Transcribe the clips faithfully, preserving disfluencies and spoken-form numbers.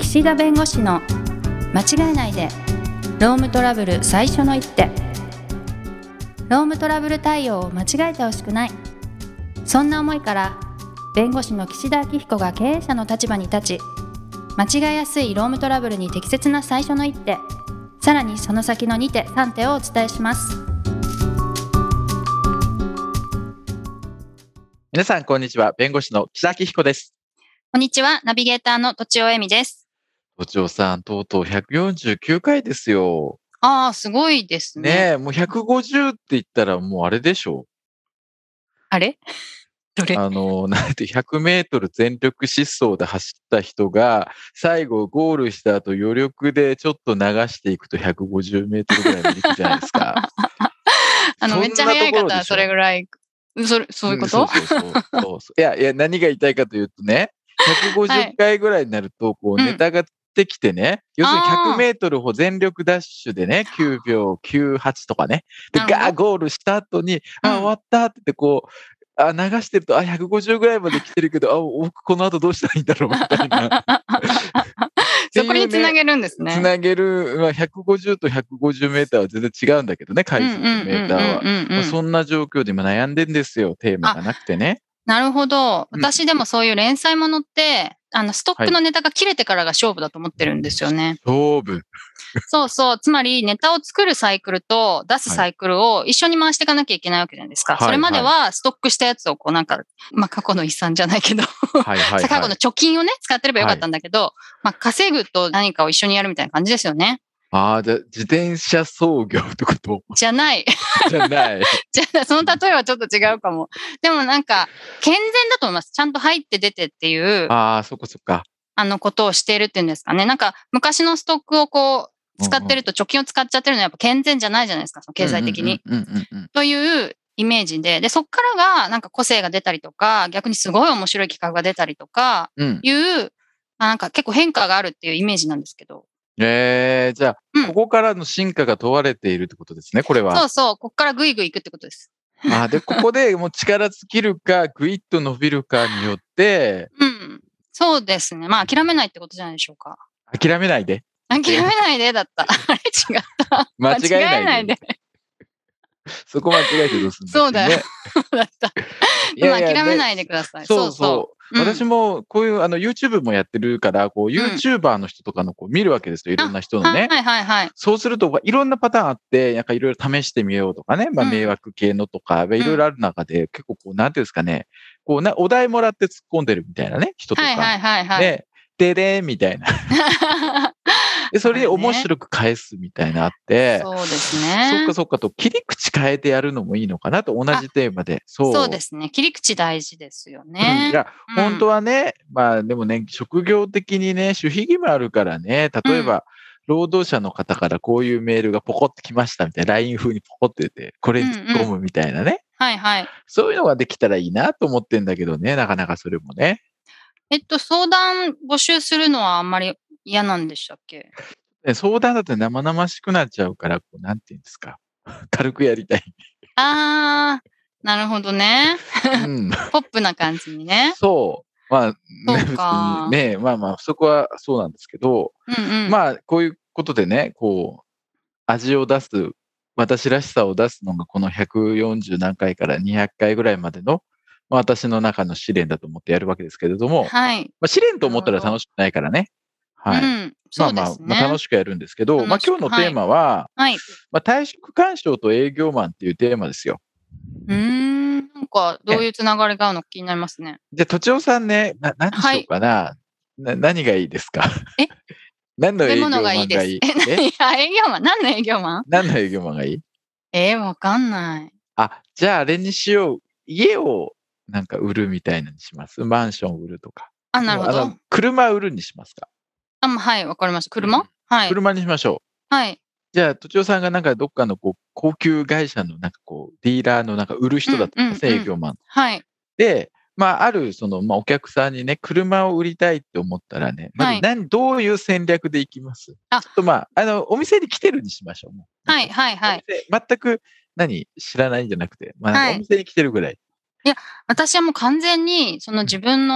岸田弁護士の間違えないでロームトラブル最初の一手。ロームトラブル対応を間違えてほしくない、そんな思いから弁護士の岸田明彦が経営者の立場に立ち、間違えやすいロームトラブルに適切な最初の一手、さらにその先のに手さん手をお伝えします。 皆さんこんにちは。弁護士の岸田明彦です。 こんにちは。ナビゲーターのとちおえみです。 とちおさん、とうとうひゃくよんじゅうきゅうかいですよ。 ああ、すごいですね。 ねえ、もうひゃくごじゅうって言ったらもうあれでしょあれどれう。あの、なんてひゃくメートル全力疾走で走った人が、最後ゴールした後余力でちょっと流していくとひゃくごじゅうメートルぐらいまで行くじゃないですか。 あの、めっちゃ速い方はそれぐらい、それ、そういうこと、 うん、そうそうそうそうそう。いやいや、何が言いたいかというとね、ひゃくごじゅっかいぐらいになると、こう、ネタができてね、要するにひゃくメートルを全力ダッシュでね、きゅうびょうきゅうはちとかね、で、ガーゴールした後に、あ、終わったって言って、こう、あ、流してると、あ、ひゃくごじゅうぐらいまで来てるけど、あ、僕この後どうしたらいいんだろうみたいな。 そこにつなげるんですね。 つなげる、まあ、ひゃくごじゅうとひゃくごじゅうメーターは全然違うんだけどね、回数とメーターは。そんな状況で今悩んでんですよ、テーマがなくてね。 なるほど。私でもそういう連載ものって、あの、ストックのネタが切れてからが勝負だと思ってるんですよね。 はい、勝負。 そうそう。つまり、ネタを作るサイクルと出すサイクルを一緒に回していかなきゃいけないわけじゃないですか。はい、それまでは、ストックしたやつをこうなんか、まあ過去の遺産じゃないけど、はいはいはい、過去の貯金をね、使ってればよかったんだけど、はい、まあ稼ぐと何かを一緒にやるみたいな感じですよね。 ああ、じゃあ、自転車操業ってことじゃない。 じゃない。 じゃあ、その例えはちょっと違うかも。でもなんか、健全だと思います。ちゃんと入って出てっていう。 ああ、そっかそっか。 あのことをしているっていうんですかね。なんか、昔のストックをこう、使ってると貯金を使っちゃってるのはやっぱ健全じゃないじゃないですか。その経済的に。というイメージで。で、そっからがなんか個性が出たりとか、逆にすごい面白い企画が出たりとか、いう、うん、なんか結構変化があるっていうイメージなんですけど。 ええー、じゃあ、うん、ここからの進化が問われているってことですね、これは。 そうそう、ここからぐいぐいいくってことです。 あ、で、ここでもう力尽きるか、ぐいっと伸びるかによって、 うん。そうですね。まあ、諦めないってことじゃないでしょうか。 諦めないで。 諦めないでだった。あれ違った。 間違えないで。そこ間違えてどうするんだ、ね、 そうだよ。だった。今諦めないでください。 そうそう。私もこういうあの YouTube もやってるから、こう YouTuber の人とかのこう見るわけですよ。いろんな人のね。 はいはいはい。 そうするといろんなパターンあって、なんかいろいろ試してみようとかね、まあ迷惑系のとか、いろいろある中で、結構こうなんていうんですかね、こうなお題もらって突っ込んでるみたいなね、人とか。 はいはいはいはい。 ね、ででーみたいな。で、それで面白く返すみたいなあって、 そうですね。 そっかそっかと、切り口変えてやるのもいいのかなと、同じテーマで。 そう。そうですね。切り口大事ですよね。 うん、いや、うん、本当はね、まあでもね、職業的にね、守秘義務あるからね、例えば、うん労働者の方からこういうメールがポコってきましたみたいな、ライン 風にポコって出て、これに突っ込むみたいなね、うんうん。 はいはい。 そういうのができたらいいなと思ってんだけどね、なかなかそれもね。 えっと、相談募集するのはあんまり嫌なんでしたっけ？ 相談だと生々しくなっちゃうから、こう、なんていうんですか。軽くやりたい。 あー、なるほどね。うん、ポップな感じにね。 そう。まあ、ね、 そうか別にね、まあまあ、そこはそうなんですけど、 うんうん、 まあ、こういうことでね、こう、味を出す、私らしさを出すのがこのひゃくよんじゅう何回からにひゃっかいぐらいまでの、まあ、私の中の試練だと思ってやるわけですけれども、 はい。 まあ、試練と思ったら楽しくないからね。はい。うん、まあまあ、まあ、楽しくやるんですけど、まあ今日のテーマは、 はい。 まあ、退職勧奨と営業マンっていうテーマですよ。 うーん、なんかどういうつながりがあるのか気になりますね。 じゃあ、とちおさんね、な、何しようかな。はい、な何がいいですか？え何の営業マンがいい？ がいいです。えいや、営業マン何の営業マン何の営業マンがいい？ えー、わかんない。 あ、じゃああれにしよう。家をなんか売るみたいなにします。マンション売るとか。 あ、なるほど。あの車売るにしますか？ あ、はい、わかりました。車、うん、はい。 車にしましょう。はい。 じゃあ、とちおさんがなんかどっかのこう高級会社のなんかこう、ディーラーのなんか売る人だったんですね、営業マン。 はい。 で、まあ、あるその、まあ、お客さんにね、車を売りたいって思ったらね、まず何、はい、どういう戦略でいきます？あ、ちょっとまあ、あの、お店に来てるにしましょう。もうはい、はい、はい。 全く、何、知らないんじゃなくて、まあ、お店に来てるぐらい。 いや、私はもう完全に、その自分の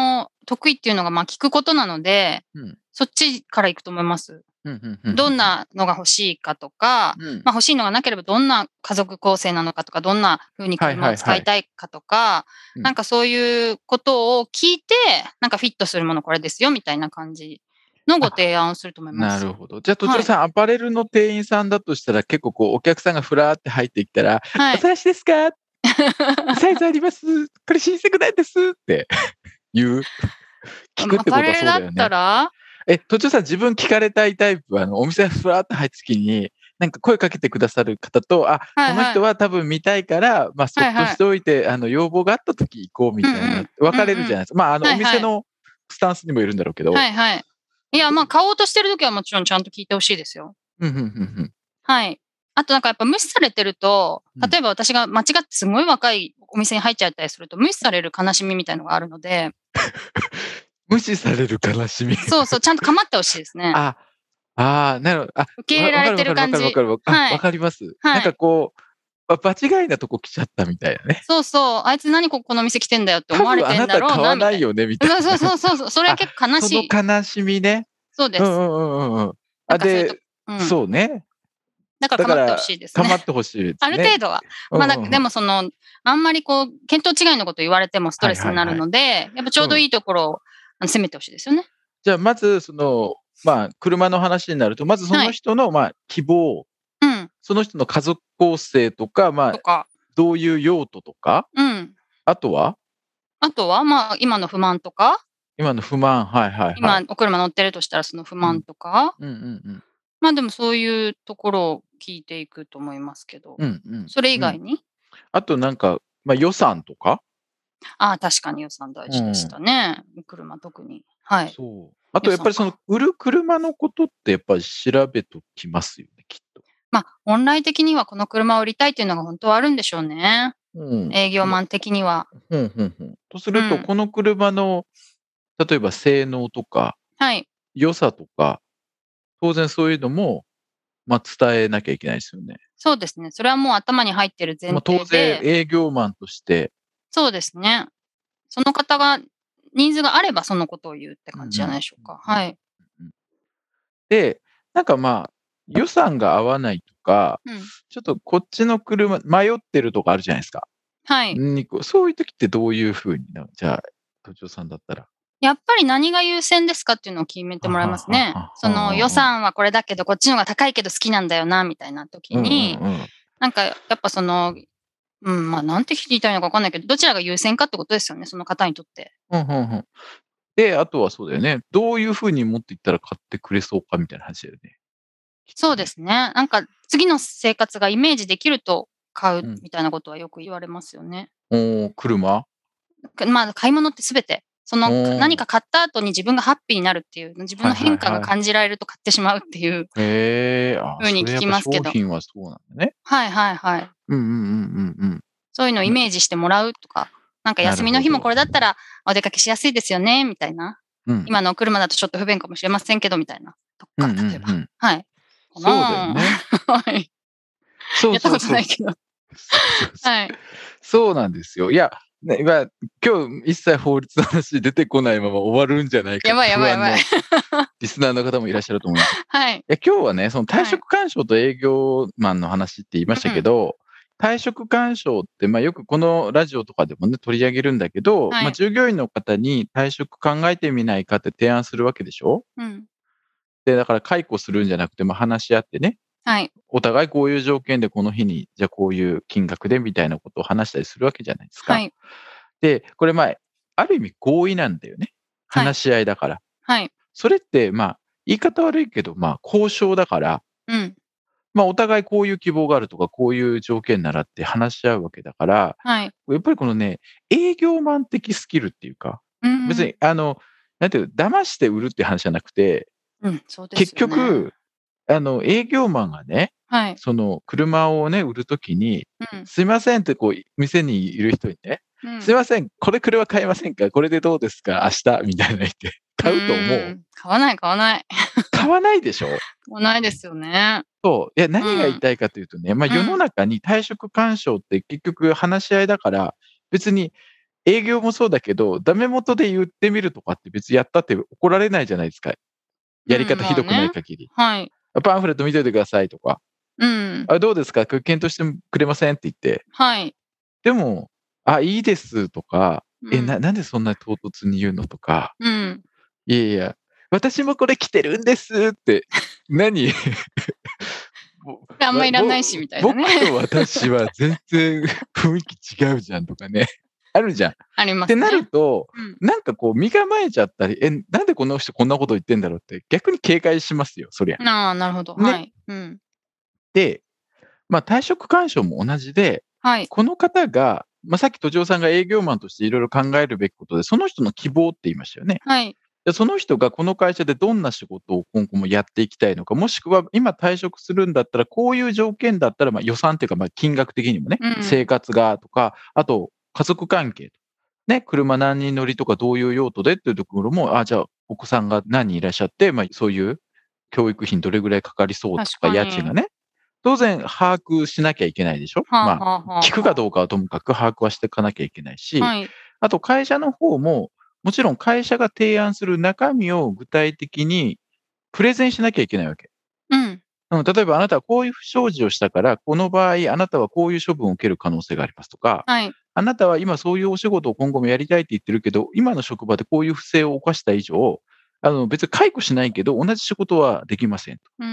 得意っていうのがまあ聞くことなので、 うん。 そっちから行くと思います。 うんうんうん。 どんなのが欲しいかとか、 うん。 まあ欲しいのがなければどんな家族構成なのかとか、どんな風に車を使いたいかとか、 うんなんかそういうことを聞いて、なんかフィットするものこれですよみたいな感じのご提案をすると思います。 なるほど。じゃあ、都はい。 庁さん、アパレルの店員さんだとしたら、結構こう、お客さんがふらーって入ってきたら、 はい。 お探しですかサイズありますこれ新作なんですって言う。聞くってことアパレルだっはそうだよね。 たら、 え、途中さん自分聞かれたいタイプは、あの、お店ふらーって入った時に、なんか声かけてくださる方と、あ、このはいはい。 人は多分見たいから、まあ、そっとしはいはい。 ておいて、あの、要望があった時行こうみたいな、 うんうん。 分かれうんうん。 るじゃないですか。まあ、あの、おはいはい。 店のスタンスにもよるんだろうけど。 はいはい。いや、まあ買おうとしてるときはもちろんちゃんと聞いてほしいですよ。 うん、うん、うん、うん。 はい。あとなんかやっぱ無視されてると、 うん例えば私が間違ってすごい若いお店に入っちゃったりすると、無視される悲しみみたいのがあるので、 無視される悲しみ。 そうそう、ちゃんと構ってほしいですね。 あ、ああ、なるほど。あ、 受け入われられてわかるわかるわる感じ。 かるわかるわ。あ、わはい。 かります。なんはい。 かこう、あ、場違いなとこ来ちゃったみたいなね。 そうそう、あいつ何ここの店来てんだよって思われ多分あてんだろうなた買わなみたいないよねみたいな。そうな。 そうそうそう、それはあ、 結構悲そしい。 の悲しみね。 そうです。 うんうんうんうんうん。あ、 なんかそういうとで、 うん。 そうね。 だから構ってほだから、 しいですね。 構ってほしいであすね。 る程度は。まあ、だうんうんうん。 でもその、あんまりこう、見当違いのこと言われてもストはレスになるいはいはい。 ので、やっぱちょうどうん。 いいところを、あの、攻めてほしいですよね。 じゃあまず、その、まあ、車の話になると、まずそはい。 の人の、まあ、希望、 うん。 その人の家族構成とか、まあ、 とか。 どういう用途とか、 うん。 あとはあとは、まあ、今の不満とか、 今の不満、はいはいはい。 今お車乗ってるとしたらその不満うん。 とか、 うんうんうん。 まあ、でもそういうところを聞いていくと思いますけど、 うんうんそれ以うん。 外に？ あとなんか、ま、予算とか？ ああ、確かに予算大事でしうん。 たね。車特に。はい。 そう。あとやっぱりその予算か。 売る車のことってやっぱり調べときますよね、きっと。 まあ、本来的にはこの車を売りたいっていうのが本当はあるんでしょうね。 うん。ま、 営業マン的には。 ふんふんふん。とすると、 うん。 この車の例えば性能とか、 はい。 良さとか、当然そういうのも、ま、伝えなきゃいけないですよね。 そうですね。それはもう頭に入ってる前ま、当提で、 然営業マンとしてそうですね。その方がニーズがあればそのことを言うってうんうん。 感じじゃないでしょうか。 うんうん。 はい。 うん。で、なんか、まあ、予算が合わないとか、 うん。 ちょっとこっちの車迷ってるとかあるじゃないですか。 はい。 にこそういう時ってどういう風になじゃあ、都庁さんだったら。 やっぱり何が優先ですかっていうのを決めてもらいははますね。 ははその予はは。 算はこれだけど、こっちの方が高いけど好きなんだよなみたいな時うんうんに、 うん。 なんかやっぱその、うん、ま、なんて聞いたらいいのか分かんないけど、どちらが優先かってことですよね、その方にとって。 ふんふんふん。で、あとはそうだよね。どういう風に持っていったら買ってくれそうかみたいな話だよね。きっそうでとね。 すね。なんか次の生活がイメージできると買ううん。 みたいなことはよく言われますよね。 おお、車？ くまあ、買い物って全て、そおの、か何お。 か買った後に自分がハッピーになるっていう、自分はいの変化がはいはい。 感じられると買ってしまうっていうへえ、ああ、 風に聞それやっぱきますけど。 商品はそうなんだね。 はいはいはい。 うんうんうんうんうん。 そういうのをイなメージしてもらうとか、なんかなる休みの日もこほど。 れだったらお出かけしやすいですよねみたいな。 うん。 今のお車だとちょっと不便かもしれませんけどみたいなとうんうんか、例えば。 うん。 はい。かそうだよな。 ね。 はい。 そうやったことそうそう。 ないけど。 そうそうそう。 はい。 そうなんですよ。いや、ね、ま、今日一切法律の話出てこないまま終わるんじゃないかやってばいやばいやばい。 不安のリスナーの方もいらっしゃると思います。いはい。 や、今日はね、その退はい。 職勧奨と営業マンの話って言いましたうん。 けど、退職勧奨って、ま、よくこのラジオとかでもね、取り上げるんだけど、ま、 はい。 従業員の方に退職考えてみないかって提案するわけでしょ？ うん。 で、だから解雇するんじゃなくて、ま、話し合ってね、 はい。 お互いこういう条件でこの日に、じゃ、こういう金額でみたいなことを話したりするわけじゃないですか。 はい。 で、これ、まあ、ある意味合意なんだよね。 はい。 話し合いだから。 はい。 それって、まあ、言い方悪いけど、まあ、交渉だから、 うん。 まあ、お互いこういう希望があるとか、こういう条件ならって話し合うわけだから、 はい。 やっぱりこのね、営業マン的スキルっていうか、 うんうん。 別にあの、なんていう、騙して売るっていう話じゃなくて、 うん、そうで結すよね。 局、あの、営業マンがね、 はい。 その車をね、売る時に、 うん。 すいませんってこう、店にいる人にね、 うん。 すいません、これ車買えませんか？これでどうですか？明日みたいな言って、 う買うと思う？ ーん。買わない買わない。 買わないでしょ？ 買わないですよね。 そう。いや、 うん。 何が言いたいかというとね、ま、世のうん。 中に退職勧奨って結局話し合いだから、別に営業もそうだけど、ダメ元で言ってみるとかって別にやったって怒られないじゃないですか。やりうん、 方ひどくないまあね。 限り。 はい。 パンフレット見といてくださいとか。 うん。 あ、どうですかこれ検討してくれませんって言って。 はい。 でも、あ、いいですとか、え、な、 うん。 なんでそんな唐突に言うのとか、 うん。 いやいや、私もこれ着てるんですって、何ぼあんまわぼいらないしみたいなね。 僕と私は全然雰囲気違うじゃんとかね。あるじゃん。っありまてなるすね。 と、 うん。 なんかこう身構えちゃったり、え、なんでこの人こんなこと言ってんだろうって逆に警戒しますよ、そりゃ。 ああ、なるほど。はね。 い。うん。 で、まあ退職勧奨も同じで、 はい。 この方が、まあさっきとじおさんが営業マンとしていろいろ考えるべきことで、その人の希望って言いましたよね。 はい。 で、その人がこの会社でどんな仕事を今後もやっていきたいのか、もしくは今退職するんだったら、こういう条件だったら、まあ予算っていうか、まあ金額的にもね、 うん。 生活がとか、あと家族関係、ね、車何人乗りとかどういう用途でっていうところも、あ、じゃあお子さんが何人いらっしゃって、まあそういう教育費どれぐらいかかりそうとか、 確かに。 家賃がね、当然把握しなきゃいけないでしょ。 はあまあ、 はあはあ聞くかはどうかはともかく把握はしていかなきゃいけないあ。 し、 はい。 あと会社の方も、もちろん会社が提案する中身を具体的にプレゼンしなきゃいけないわけ。 うん。 うん、例えばあなたはこういう不祥事をしたから、この場合あなたはこういう処分を受ける可能性がありますとか、 はい。 あなたは今そういうお仕事を今後もやりたいって言ってるけど、今の職場でこういう不正を犯した以上、あの別に解雇しないけど、同じ仕事はできませんと。 うん。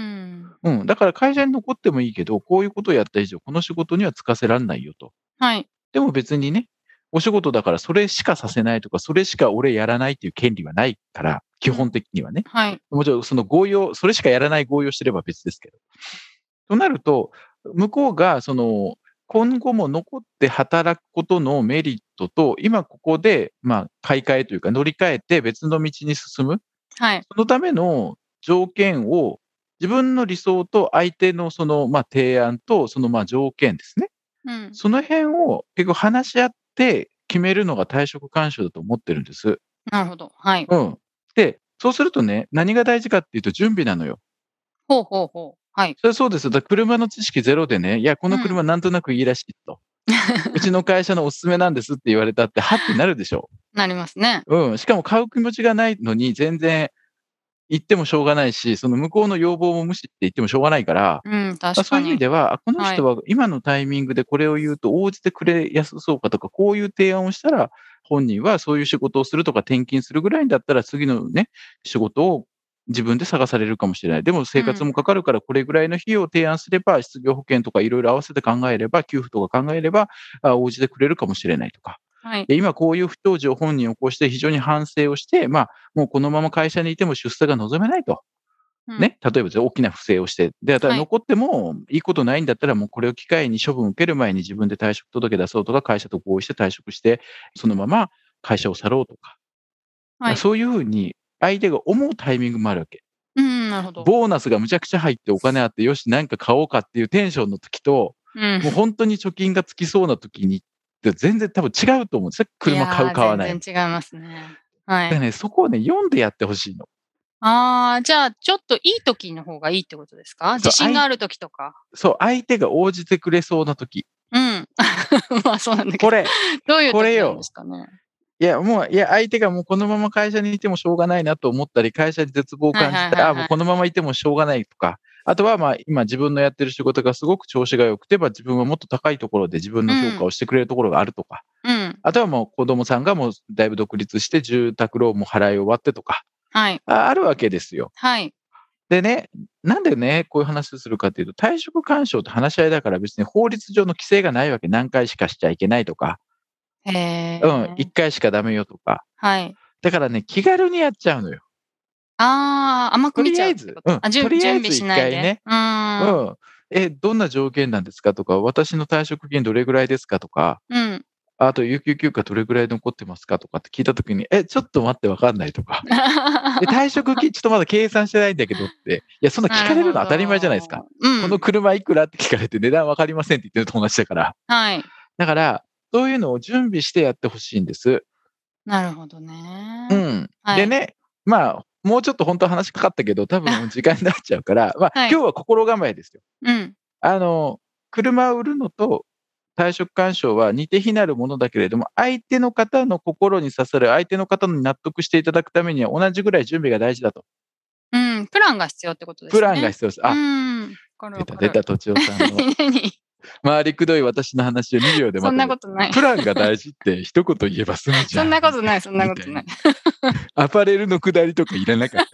うん、だから会社に残ってもいいけど、こういうことをやった以上、この仕事には就かせられないよと。 はい。 でも別にね、お仕事だからそれしかさせないとか、それしか俺やらないっていう権利はないから、基本うん。 的にはね。 はい。 もちろんその合意を、それしかやらない合意をしてれば別ですけど。となると、向こうがその、今後も残って働くことのメリットと、今ここで、まあ、買い替えというか乗り換えて別の道に進む。 はい。 そのための条件を、自分の理想と相手のその、まあ、提案と、その、まあ、条件ですね。 うん。 その辺を結構話し合って決めるのが退職勧奨だと思ってるんです。 なるほど。はい。 うん。で、そうするとね、何が大事かっていうと準備なのよ。 ほうほうほう。はい。 それはそうですよ。だから車の知識ゼロでね、いや、このうん。 車なんとなくいいらしいと。うちの会社のおすすめなんですって言われたって、はってなるでしょなりますね。 う。うん。しかも買う気持ちがないのに、全然言ってもしょうがないし、その向こうの要望も無視って言ってもしょうがないから、 うん、 あ、そういう意味確かに。 では、あ、このはい。 人は今のタイミングでこれを言うと応じてくれやすそうかとか、こういう提案をしたら、本人はそういう仕事をするとか転勤するぐらいんだったら、次のね、仕事を自分で探されるかもしれない。でも生活うん。 もかかるから、これぐらいの費用を提案すれば、失業保険とかいろいろ合わせて考えれば、給付とか考えれば、あ、応じてくれるかもしれないとか。 はい。 で、今こういう不祥事を本人起こして非常に反省をして、まあ、もうこのまま会社にいても出世が望めないと。 うん。 ね、例えばじゃあ大きな不正をして、で、ただはい。 残ってもいいことないんだったら、もうこれを機会に処分を受ける前に自分で退職届出そうとか、会社と合意して退職して、そのまま会社を去ろうとか、 はい。 そういうふうに相手が思うタイミングもあるわけ。 うん、なるほど。 ボーナスがむちゃくちゃ入ってお金あって、よし、なんか買おうかっていうテンションの時と、 うん。 もう本当に貯金がつきそうな時にって全然多分違うと思うんですよ。 い車買うや、全買わないも。 然違いますね。はい。 だからね、そこをね、読んでやってほしいの。 ああ、じゃあ、ちょっといい時の方がいいってことですか？ そう、あい自信がある時とか。 そう、相手が応じてくれそうな時。 うん。まあ、そうなんだけど、 これ、 どういう時なんでこれよ。 すかね？ いや、もう、いや、相手がもうこのまま会社にいてもしょうがないなと思ったり、会社に絶望をはいはい感じたら、あ、もうはいはい。 このままいてもしょうがないとか、あとは、まあ、今自分のやってる仕事がすごく調子が良くて、まあ、自分はもっと高いところで自分の評価うん。 をしてくれるところがあるとか、 うん。 あとはもう子供さんがもうだいぶ独立して住宅ローンも払い終わってとか、 はい。 ああるわけですよ。 はい。 でね、なんでね、こういう話をするかっていうと、退職勧奨って話し合いだから別に法律上の規制がないわけ。何回しかしちゃいけないとか、 へうん、 え。 いっかいしかダメよとか。 はい。 だからね、気軽にやっちゃうのよ。 ああ、甘くと見ちゃりあえず、 うってこと。 うん、 あ、じゅとん準備りあえず1 しないで。 回ね、 うーん。 うん。え、どんな条件なんですかとか、私の退職金どれぐらいですかとか、 うん。 あと有給休暇どれぐらい残ってますかとかって聞いたときに、え、ちょっと待ってわかんないとか。え、退職金ちょっとまだ計算してないんだけどって、いや、そんな聞かれるなるほの当たり前じゃないですか。 ど。うこのん。 車いくらって聞かれて値段わかりませんって言ってる友達だから。 はい。 だから、そういうのを準備してやってほしいんです。 なるほどね。 うん。 はい。 でね、まあ、もうちょっと本当は話かかったけど、多分時間になっちゃうから、まあ、 はい。 今日は心構えですよ。 うん。 あの、車を売るのと退職勧奨は似て非なるものだけれども、相手の方の心に刺さる、相手の方に納得していただくためには同じぐらい準備が大事だと。 うん、プランが必要ってことですね。 プランが必要です。あ、 うん、 出た出た、とちおさんの回りくどい私の話をにびょうでまとめそんなことない。 プランが大事って一言言えば済むじゃん。 そんなことない、そんなことない。 アパレルのくだりとかいらなかった。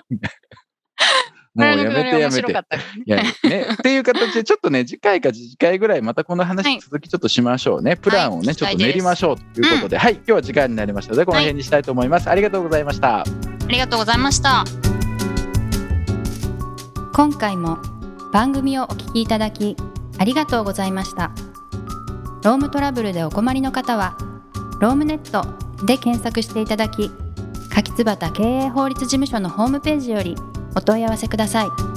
もうやめてやめて。いやね、っていう形でちょっとね、次回か次回ぐらいまたこの話続きちょっとしましょうね。はい、プランをね、はい、ちょっと練りましょうということで、うん、はい、今日は時間になりましたのでこの辺にしたいと思います。はい、ありがとうございました。 ありがとうございました。今回も番組をお聞きいただきありがとうございました。ロームトラブルでお困りの方はロームネットで検索していただき、柿椿経営法律事務所のホームページよりお問い合わせください。